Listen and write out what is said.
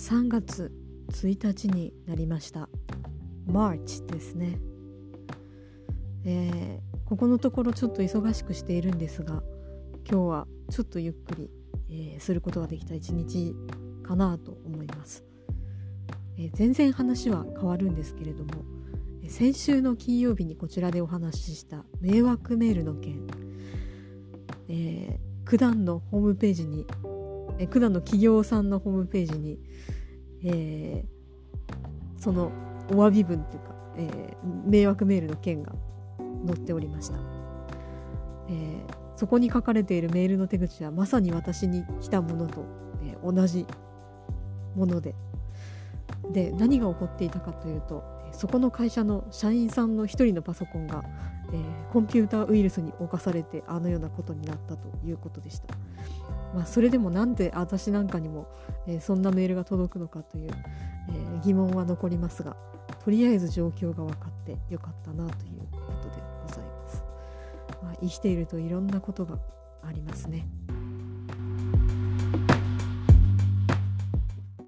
3月1日になりました。 March ですね。ここのところちょっと忙しくしているんですが、今日はちょっとゆっくり、することができた一日かなと思います。全然話は変わるんですけれども、先週の金曜日にこちらでお話しした迷惑メールの件、九段のホームページに、九段の企業さんのホームページに、そのお詫び文というか、迷惑メールの件が載っておりました。そこに書かれているメールの手口はまさに私に来たものと、同じもので、何が起こっていたかというと、そこの会社の社員さんの一人のパソコンが、コンピューターウイルスに侵されてあのようなことになったということでした。それでもなんで私なんかにも、そんなメールが届くのかという、疑問は残りますが、とりあえず状況が分かってよかったなということでございます。生きているといろんなことがありますね。